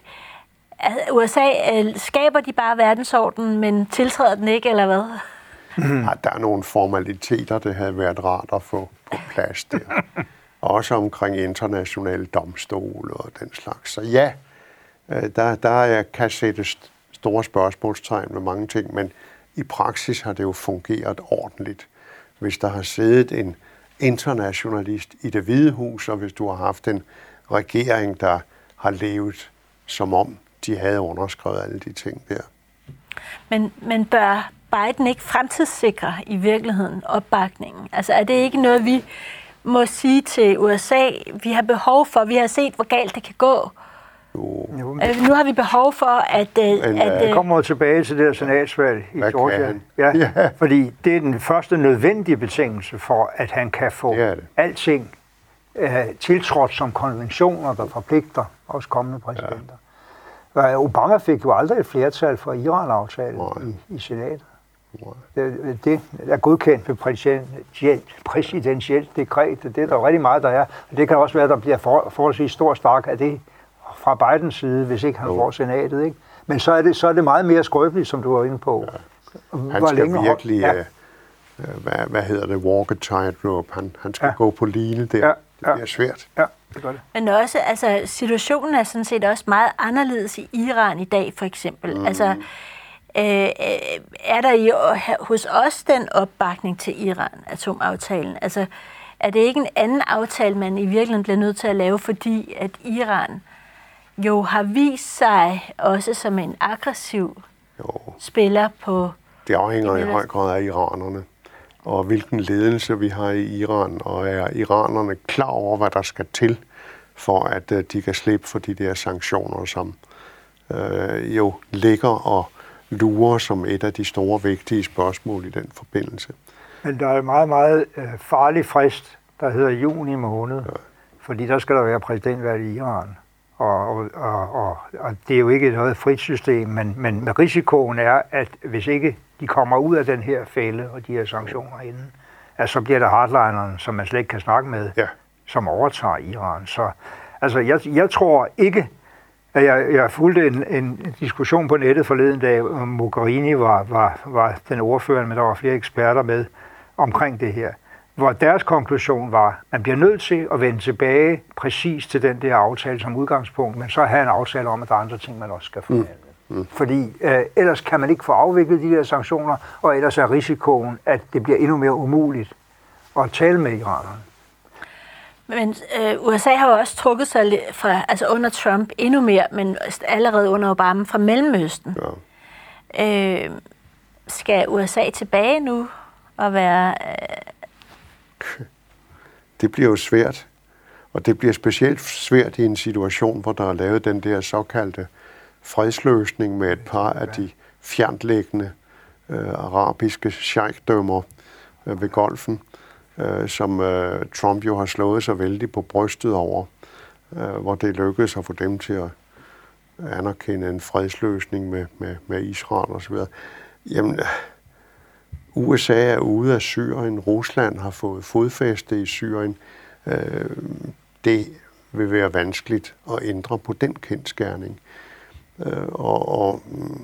U S A, øh, skaber de bare verdensordenen, men tiltræder den ikke, eller hvad? Mm. Ja, der er nogle formaliteter, det havde været rart at få på plads der. Også omkring internationale domstole og den slags. Så ja, der, der kan sættes store spørgsmålstegn med mange ting, men i praksis har det jo fungeret ordentligt. Hvis der har siddet en internationalist i Det Hvide Hus, og hvis du har haft en regering, der har levet som om de havde underskrevet alle de ting der. Men, men bør Biden ikke fremtidssikre i virkeligheden opbakningen? Altså er det ikke noget, vi må sige til U S A, vi har behov for, vi har set, hvor galt det kan gå? Jo. Øh, nu har vi behov for, at... Men, at øh, kommer tilbage til det her senatsvalg i Georgia. Ja, ja. Fordi det er den første nødvendige betingelse for, at han kan få det det. alting øh, tiltrådt som konventioner, der forpligter også kommende præsidenter. Ja. Obama fik jo aldrig et flertal for Iran-aftalen i, i senatet. Det, det er godkendt ved præsidentielt, præsidentielt dekret. Det er der rigtig meget, der er. Det kan også være, at der bliver for, forholdsvis stor spark af det fra Bidens side, hvis ikke han jo. får senatet. Ikke? Men så er, det, så er det meget mere skrøbeligt, som du var inde på. Ja. Han skal længe, virkelig, ja. øh, hvad, hvad hedder det, walk a tightrope. Han, han skal ja. gå på line der. Ja. Det bliver ja. svært. Ja, det gør det. Men også, altså, situationen er sådan set også meget anderledes i Iran i dag, for eksempel. Mm. Altså, Øh, er der i, hos os den opbakning til Iran-atomaftalen? Altså, er det ikke en anden aftale, man i virkeligheden bliver nødt til at lave, fordi at Iran jo har vist sig også som en aggressiv jo. spiller på... Det afhænger i høj grad af iranerne, og hvilken ledelse vi har i Iran, og er iranerne klar over, hvad der skal til, for at de kan slippe for de der sanktioner, som øh, jo ligger og lurer som et af de store, vigtige spørgsmål i den forbindelse. Men der er en meget, meget øh, farlig frist, der hedder juni måned, ja. fordi der skal der være præsidentvalg i Iran. Og, og, og, og, og det er jo ikke noget frit system, men, men risikoen er, at hvis ikke de kommer ud af den her fælde og de her sanktioner inden, at så bliver der hardlinerne, som man slet ikke kan snakke med, ja. som overtager Iran. Så altså, jeg, jeg tror ikke, Jeg, jeg fulgte en, en diskussion på nettet forleden dag, om Mogherini var, var, var den ordfører, men der var flere eksperter med omkring det her, hvor deres konklusion var, at man bliver nødt til at vende tilbage præcis til den der aftale som udgangspunkt, men så have en aftale om, at der er andre ting, man også skal forhandle. Mm. Mm. Fordi øh, ellers kan man ikke få afviklet de der sanktioner, og ellers er risikoen, at det bliver endnu mere umuligt at tale med iranerne. Men øh, U S A har jo også trukket sig fra, altså under Trump endnu mere, men allerede under Obama fra Mellemøsten. Ja. Øh, skal U S A tilbage nu og være... Øh... Det bliver jo svært, og det bliver specielt svært i en situation, hvor der er lavet den der såkaldte fredsløsning med et par af de fjerntliggende øh, arabiske sheikhdømmer øh, ved Golfen. Øh, som øh, Trump jo har slået sig vældig på brystet over, øh, hvor det lykkedes at få dem til at anerkende en fredsløsning med, med, med Israel osv. Jamen, U S A er ude af Syrien, Rusland har fået fodfæste i Syrien. Øh, det vil være vanskeligt at ændre på den kendsgerning. Øh, og, og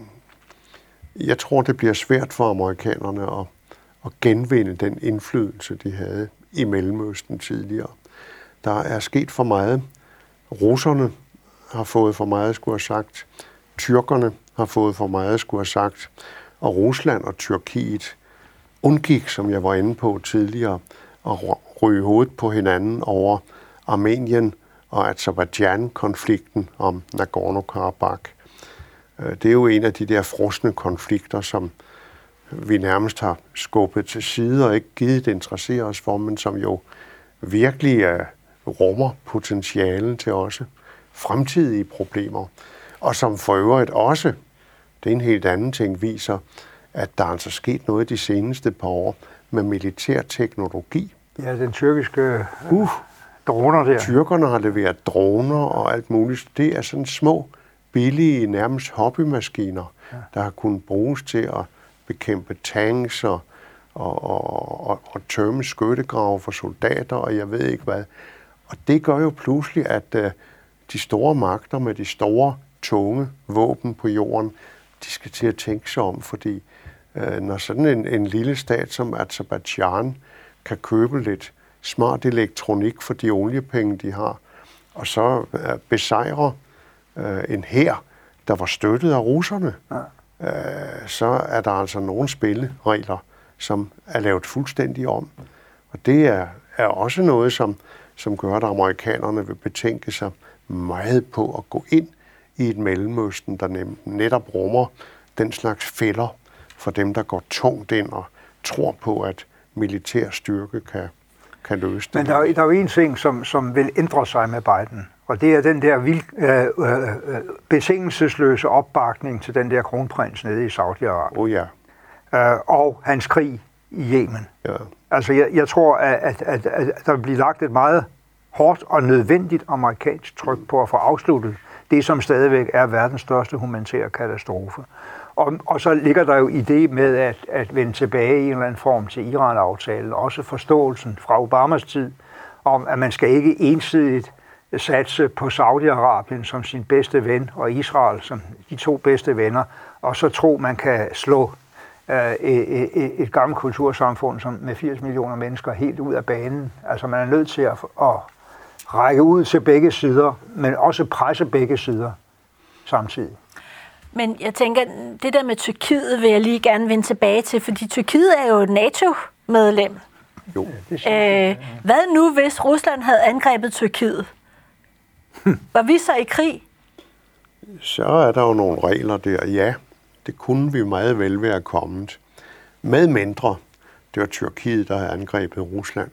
jeg tror, det bliver svært for amerikanerne at at genvinde den indflydelse, de havde i Mellemøsten tidligere. Der er sket for meget. Russerne har fået for meget, skulle have sagt. Tyrkerne har fået for meget, skulle have sagt. Og Rusland og Tyrkiet undgik, som jeg var inde på tidligere, at ryge hovedet på hinanden over Armenien og Azerbaijan-konflikten om Nagorno-Karabakh. Det er jo en af de der frosne konflikter, som vi nærmest har skubbet til side og ikke givet det interessere os for, men som jo virkelig uh, rummer potentialen til også fremtidige problemer. Og som for øvrigt også, det er en helt anden ting, viser, at der er altså sket noget de seneste par år med militær teknologi. Ja, den tyrkiske uh, droner der. Tyrkerne har leveret droner og alt muligt. Det er sådan små, billige, nærmest hobbymaskiner, ja. der har kunnet bruges til at bekæmpe tanks og, og, og, og, og tømme skyttegrave for soldater, og jeg ved ikke hvad. Og det gør jo pludselig, at uh, de store magter med de store, tunge våben på jorden, de skal til at tænke sig om, fordi uh, når sådan en, en lille stat som Aserbajdsjan kan købe lidt smart elektronik for de oliepenge, de har, og så uh, besejre uh, en hær, der var støttet af russerne, ja. uh, så er der altså nogle spilleregler, som er lavet fuldstændig om. Og det er, er også noget, som, som gør, at amerikanerne vil betænke sig meget på at gå ind i et Mellemøsten, der netop rummer den slags fælder for dem, der går tungt ind og tror på, at militær styrke kan, kan løse det. Men der er, der er jo en ting, som, som vil ændre sig med Biden, og det er den der vild, øh, øh, betingelsesløse opbakning til den der kronprins nede i Saudi-Arabien. Oh ja. Øh, og hans krig i Yemen. Ja. Altså, jeg, jeg tror, at, at, at, at der vil blive lagt et meget hårdt og nødvendigt amerikansk tryk på at få afsluttet det, som stadigvæk er verdens største humanitære katastrofe. Og, og så ligger der jo idé med at, at vende tilbage i en eller anden form til Iran-aftalen, også forståelsen fra Obamas tid, om at man skal ikke ensidigt satse på Saudi-Arabien som sin bedste ven, og Israel som de to bedste venner, og så tro, man kan slå øh, et, et, et gammelt kultursamfund som med firs millioner mennesker helt ud af banen. Altså man er nødt til at, at række ud til begge sider, men også presse begge sider samtidig. Men jeg tænker, det der med Tyrkiet vil jeg lige gerne vende tilbage til, fordi Tyrkiet er jo et NATO-medlem. Jo. Øh, hvad nu, hvis Rusland havde angrebet Tyrkiet? Var vi så i krig? Så er der jo nogle regler der. Ja, det kunne vi meget vel være kommet. Med mindre, det var Tyrkiet, der havde angrebet Rusland.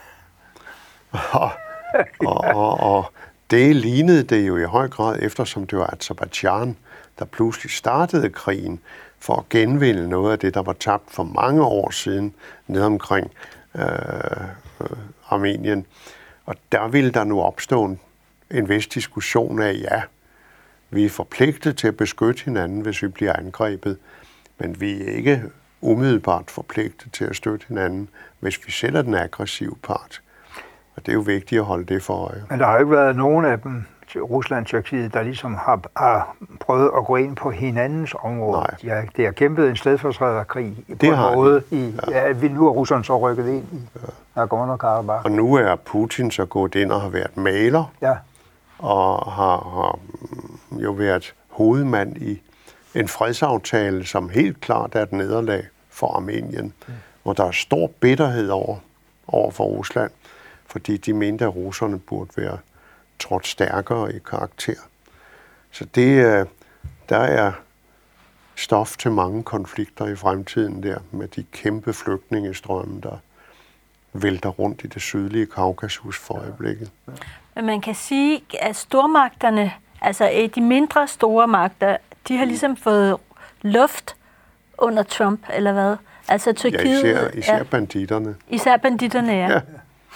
og, og, og, og det lignede det jo i høj grad, eftersom det var Aserbajdsjan, der pludselig startede krigen for at genvinde noget af det, der var tabt for mange år siden ned omkring øh, øh, Armenien. Og der ville der nu opstå en, en vis diskussion af, ja, vi er forpligtet til at beskytte hinanden, hvis vi bliver angrebet, men vi er ikke umiddelbart forpligtet til at støtte hinanden, hvis vi sætter den aggressive part. Og det er jo vigtigt at holde det for øje. Men der har jo ikke været nogen af dem, Rusland og Tyrkiet, der ligesom har, har prøvet at gå ind på hinandens område. De har, de har kæmpet en stedfortræderkrig på en måde. I, ja. Ja, nu er Rusland så rykket ind i ja. Nagorno-Karabakh. Og nu er Putin så gået ind og har været maler, ja. og har, har jo været hovedmand i en fredsaftale, som helt klart er et nederlag for Armenien, mm. hvor der er stor bitterhed over, over for Rusland, fordi de mente, at russerne burde være trådt stærkere i karakter. Så det, der er stof til mange konflikter i fremtiden der, med de kæmpe flygtningestrømme, der vælter rundt i det sydlige Kaukasus for øjeblikket. Men man kan sige, at stormagterne, altså de mindre store magter, de har ligesom fået luft under Trump, eller hvad? Altså Tyrkiet... Ja, især, især ja, banditterne. Især banditterne, ja. ja.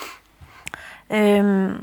Øhm,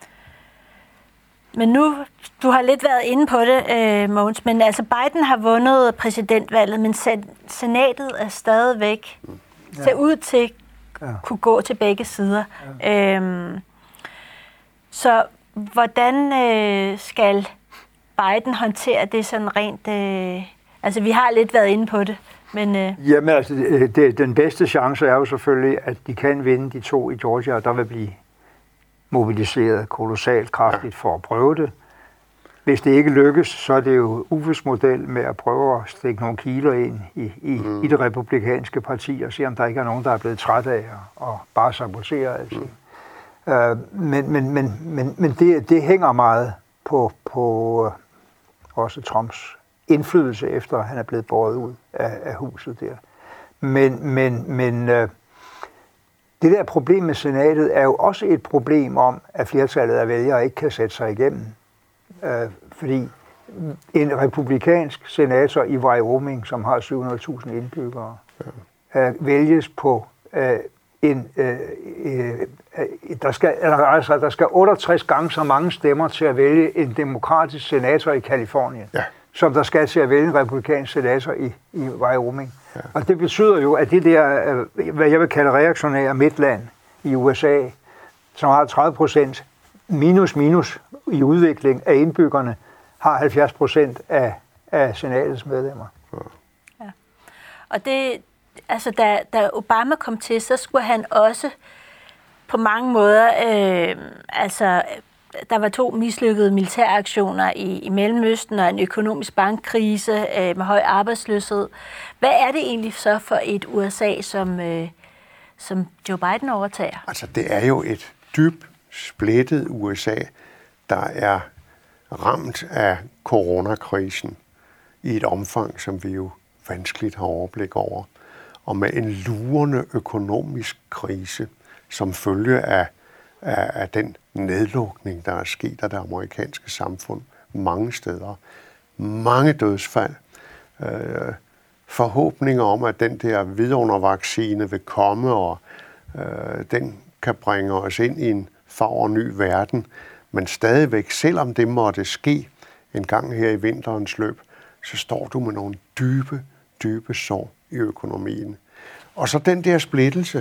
men nu, du har lidt været inde på det, øh, Mogens, men altså Biden har vundet præsidentvalget, men senatet er stadigvæk, ja. ser ud til at kunne gå til begge sider. Ja. Øhm, så hvordan øh, skal Biden håndtere det sådan rent... Øh, altså vi har lidt været inde på det, men... Øh... Jamen altså, det, den bedste chance er jo selvfølgelig, at de kan vinde de to i Georgia, og der vil blive mobiliseret kolossalt kraftigt for at prøve det. Hvis det ikke lykkes, så er det jo Uffes model med at prøve at stikke nogle kiler ind i, i, mm. i det republikanske parti og se, om der ikke er nogen, der er blevet træt af at bare sabotere alting. Mm. Uh, men men, men, men, men det, det hænger meget på, på uh, også Trumps indflydelse, efter han er blevet båret ud af, af huset der. Men, men, men uh, det der problem med senatet er jo også et problem om, at flertallet af vælgere ikke kan sætte sig igennem. Øh, fordi en republikansk senator i Wyoming, som har syv hundrede tusind indbyggere, ja. øh, vælges på øh, en, øh, øh, der, skal, eller, altså, der skal otteogtres gange så mange stemmer til at vælge en demokratisk senator i Kalifornien, ja. som der skal til at vælge en republikansk senator i, i Wyoming. Ja. Og det betyder jo, at det der, hvad jeg vil kalde reaktionære midtland i U S A, som har tredive procent minus minus i udvikling af indbyggerne, har halvfjerds procent af, af senatets medlemmer. Ja. Og det, altså da, da Obama kom til, så skulle han også på mange måder, øh, altså der var to mislykkede militæraktioner i, i Mellemøsten og en økonomisk bankkrise øh, med høj arbejdsløshed. Hvad er det egentlig så for et U S A, som, øh, som Joe Biden overtager? Altså det er jo et dybt splittet U S A, der er ramt af coronakrisen i et omfang, som vi jo vanskeligt har overblik over, og med en lurende økonomisk krise, som følge af, af, af den nedlukning, der er sket af det amerikanske samfund mange steder. Mange dødsfald. Øh, forhåbninger om, at den der vidundervaccine vil komme, og øh, den kan bringe os ind i en farver ny verden. Men stadigvæk, selvom det måtte ske en gang her i vinterens løb, så står du med nogle dybe, dybe sår i økonomien. Og så den der splittelse.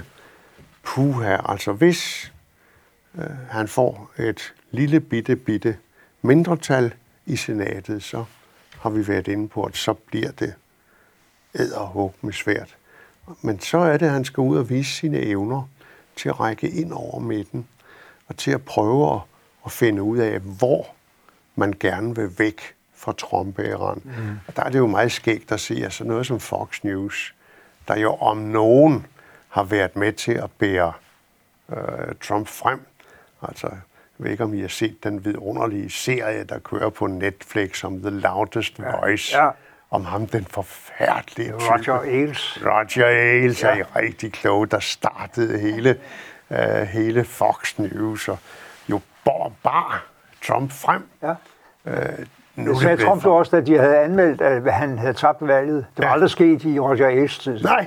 Puha, altså hvis øh, han får et lille bitte, bitte mindretal i senatet, så har vi været inde på, at så bliver det edderhug med svært. Men så er det, at han skal ud og vise sine evner til at række ind over midten, og til at prøve at, at finde ud af, hvor man gerne vil væk fra Trump-æraen. Mm. Og der er det jo meget skægt at se, at sådan noget som Fox News, der jo om nogen har været med til at bære øh, Trump frem. Altså, jeg ved ikke, om I har set den vidunderlige serie, der kører på Netflix om The Loudest ja. Voice. Ja. Om ham, den forfærdelige type. Roger Ailes. Roger Ailes ja. er rigtig klog, der startede hele, uh, hele Fox News, og jo bar, bar Trump frem. Ja. Uh, nu det sagde Trump jo også, at de havde anmeldt, at han havde tabt valget. Det var ja. aldrig sket i Roger Ailes tid. Nej.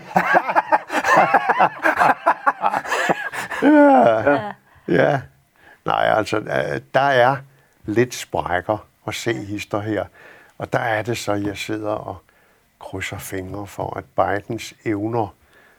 ja. ja. ja. Nej, altså, der er lidt sprækker at se hister her. Og der er det så, jeg sidder og krydser fingre for, at Bidens evner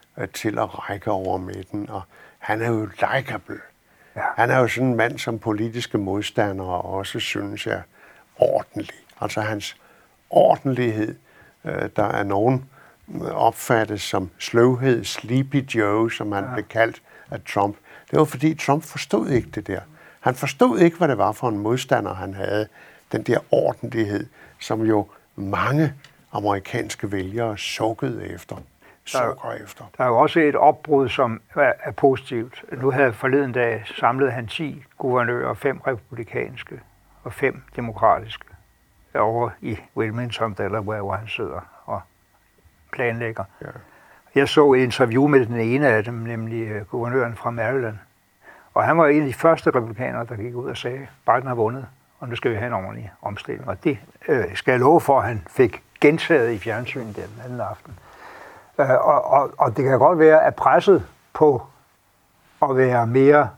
til at række over midten, og han er jo likeable. Ja. Han er jo sådan en mand, som politiske modstandere også synes er ordentlig. Altså hans ordentlighed, der er nogen opfattes som sløvhed, Sleepy Joe, som han ja. blev kaldt af Trump. Det var fordi Trump forstod ikke det der. Han forstod ikke, hvad det var for en modstander, han havde. Den der ordentlighed, som jo mange amerikanske vælgere sukkede efter. Sukker efter. Der er jo også et opbrud, som er, er positivt. Nu havde forleden dag samlet han ti guvernører, fem republikanske og fem demokratiske, over i Wilmington, Delaware, hvor han sidder og planlægger. Ja. Jeg så et interview med den ene af dem, nemlig guvernøren fra Maryland. Og han var en af de første republikanere, der gik ud og sagde, Biden har vundet, og nu skal vi have en ordentlig omstilling. Og det øh, skal jeg love for, at han fik gentaget i fjernsynet den anden aften. Øh, og, og, og det kan godt være, at presset på at være mere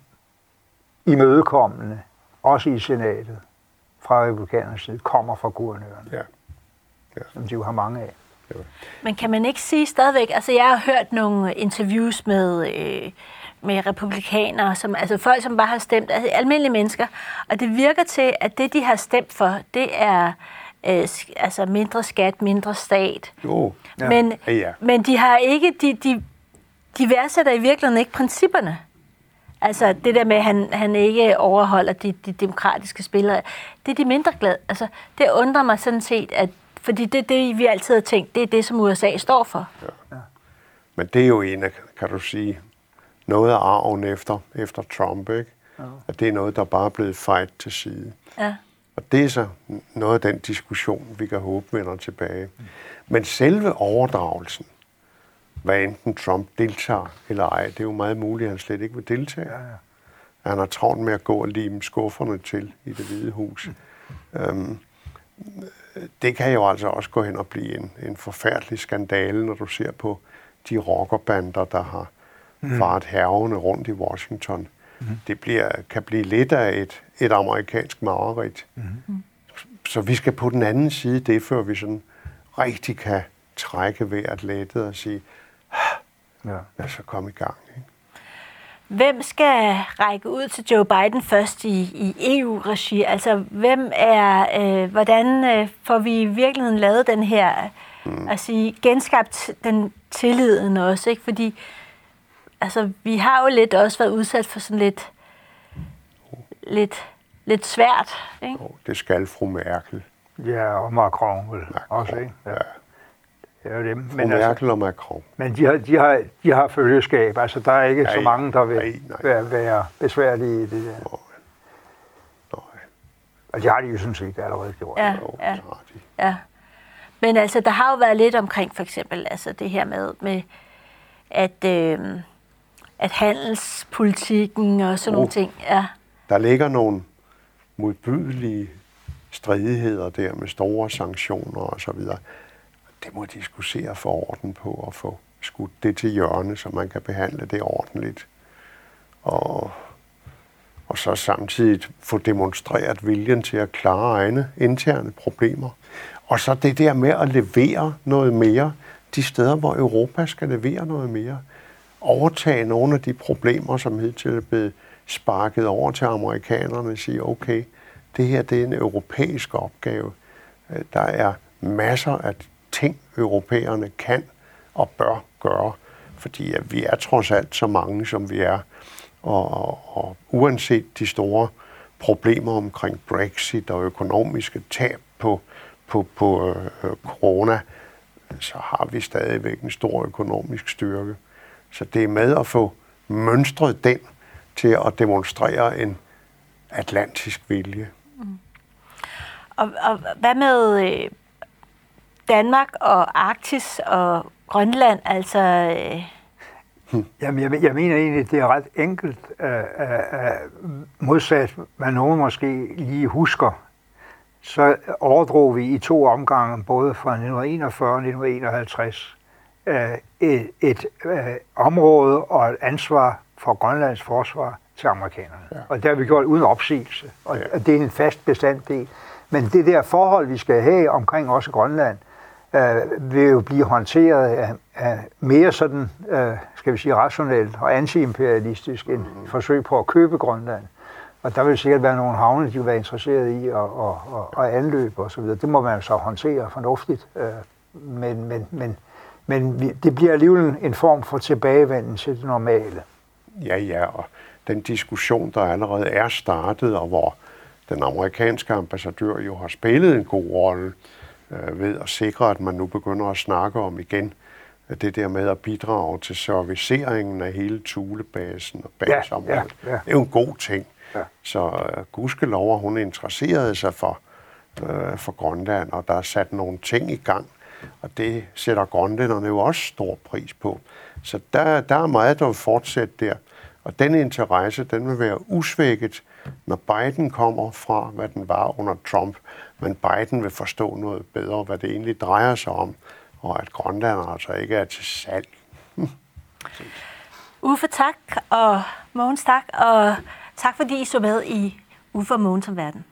imødekommende, også i senatet, fra republikanernes side, kommer fra guvernørerne, ja. Ja. som de jo har mange af. Ja. Men kan man ikke sige stadigvæk, altså jeg har hørt nogle interviews med... Øh, med republikanere, som, altså folk, som bare har stemt, altså almindelige mennesker, og det virker til, at det, de har stemt for, det er øh, altså mindre skat, mindre stat. Jo. Ja. Men, ja, ja. men de har ikke, de, de, de værdsætter i virkeligheden ikke principperne. Altså det der med, at han, han ikke overholder de, de demokratiske spillere, det er de mindre glade. Altså det undrer mig sådan set, at, fordi det det, vi altid har tænkt, det er det, som U S A står for. Ja. Ja. Men det er jo en af, kan du sige, noget af arven efter, efter Trump, ikke? Ja. At det er noget, der bare er blevet fejt til side. Ja. Og det er så noget af den diskussion, vi kan håbe vender tilbage. Mm. Men selve overdragelsen, hvad enten Trump deltager eller ej, det er jo meget muligt, at han slet ikke vil deltage. Ja, ja. Han har travlt med at gå og lime skufferne til i Det Hvide Hus. Mm. Øhm, det kan jo altså også gå hen og blive en, en forfærdelig skandale, når du ser på de rockerbander, der har mm. fra et hærgende rundt i Washington. Mm. Det bliver, kan blive lidt af et, et amerikansk mareridt. Mm. Så vi skal på den anden side, det før vi sådan rigtig kan trække vejret lettet og sige, ja, lad os så komme i gang. Ikke? Hvem skal række ud til Joe Biden først i, i E U-regi? Altså, hvem er, øh, hvordan øh, får vi i virkeligheden lavet den her, mm. at sige, genskabt den tilliden også, ikke? Fordi, altså, vi har jo lidt også været udsat for sådan lidt, oh. lidt, lidt svært, ikke? Oh, det skal fru Merkel. Ja, og Macron vil Macron, også, ikke? Ja. Ja. Det er jo dem. Fru men Merkel altså, og Macron. Men de har, de, har, de har følgeskab. Altså, der er ikke nej, så mange, der vil nej, nej. Være, være besværlige i det der. Nej. Nej. Og de har de jo sådan set allerede gjort. Ja, ja. ja. Men altså, der har jo været lidt omkring for eksempel altså det her med, med at, øh, at handelspolitikken og sådan oh, nogle ting. Ja. Der ligger nogle modbydelige stridigheder der med store sanktioner og så videre. Det må de skulle se at få orden på og få skudt det til hjørne, så man kan behandle det ordentligt. Og, og så samtidig få demonstreret viljen til at klare egne interne problemer. Og så det der med at levere noget mere, de steder, hvor Europa skal levere noget mere. Overtage nogle af de problemer, som hidtil er blevet sparket over til amerikanerne og sige, okay, det her det er en europæisk opgave. Der er masser af ting, europæerne kan og bør gøre, fordi at vi er trods alt så mange, som vi er. Og, og, og uanset de store problemer omkring Brexit og økonomiske tab på, på, på øh, corona, så har vi stadigvæk en stor økonomisk styrke. Så det er med at få mønstret den til at demonstrere en atlantisk vilje. Mm. Og, og hvad med øh, Danmark og Arktis og Grønland? Altså, øh... hmm. Jamen, jeg, jeg mener egentlig, det er ret enkelt, øh, øh, modsat hvad nogen måske lige husker. Så overdrog vi i to omgange, både fra nitten enogfyrre og nitten enoghalvtreds, øh, et, et øh, område og et ansvar for Grønlands forsvar til amerikanerne. Ja. Og det har vi gjort uden opsigelse, og ja. Det er en fast bestanddel. Men det der forhold, vi skal have omkring også Grønland, øh, vil jo blive håndteret af, af mere sådan, øh, skal vi sige, rationelt og anti-imperialistisk en mm. forsøg på at købe Grønland. Og der vil sikkert være nogle havne, de vil være interesseret i at, og, og, og anløbe osv. Det må man så håndtere fornuftigt. Øh, men men, men, men det bliver alligevel en form for tilbagevenden til det normale. Ja, ja, og den diskussion, der allerede er startet, og hvor den amerikanske ambassadør jo har spillet en god rolle øh, ved at sikre, at man nu begynder at snakke om igen det der med at bidrage til serviceringen af hele Thulebasen og basområdet. Ja, ja, ja. Det er jo en god ting. Ja. Så uh, gudskelov, hun interesserede sig for, uh, for Grønland, og der er sat nogle ting i gang, og det sætter grønlænderne jo også stor pris på. Så der, der er meget, der vil fortsætte der. Og den interesse, den vil være usvækket, når Biden kommer fra, hvad den var under Trump. Men Biden vil forstå noget bedre, hvad det egentlig drejer sig om, og at Grønland altså ikke er til salg. Uffe, tak, og Mogens, tak, og tak fordi I så med i Uffe og Mogens om verden.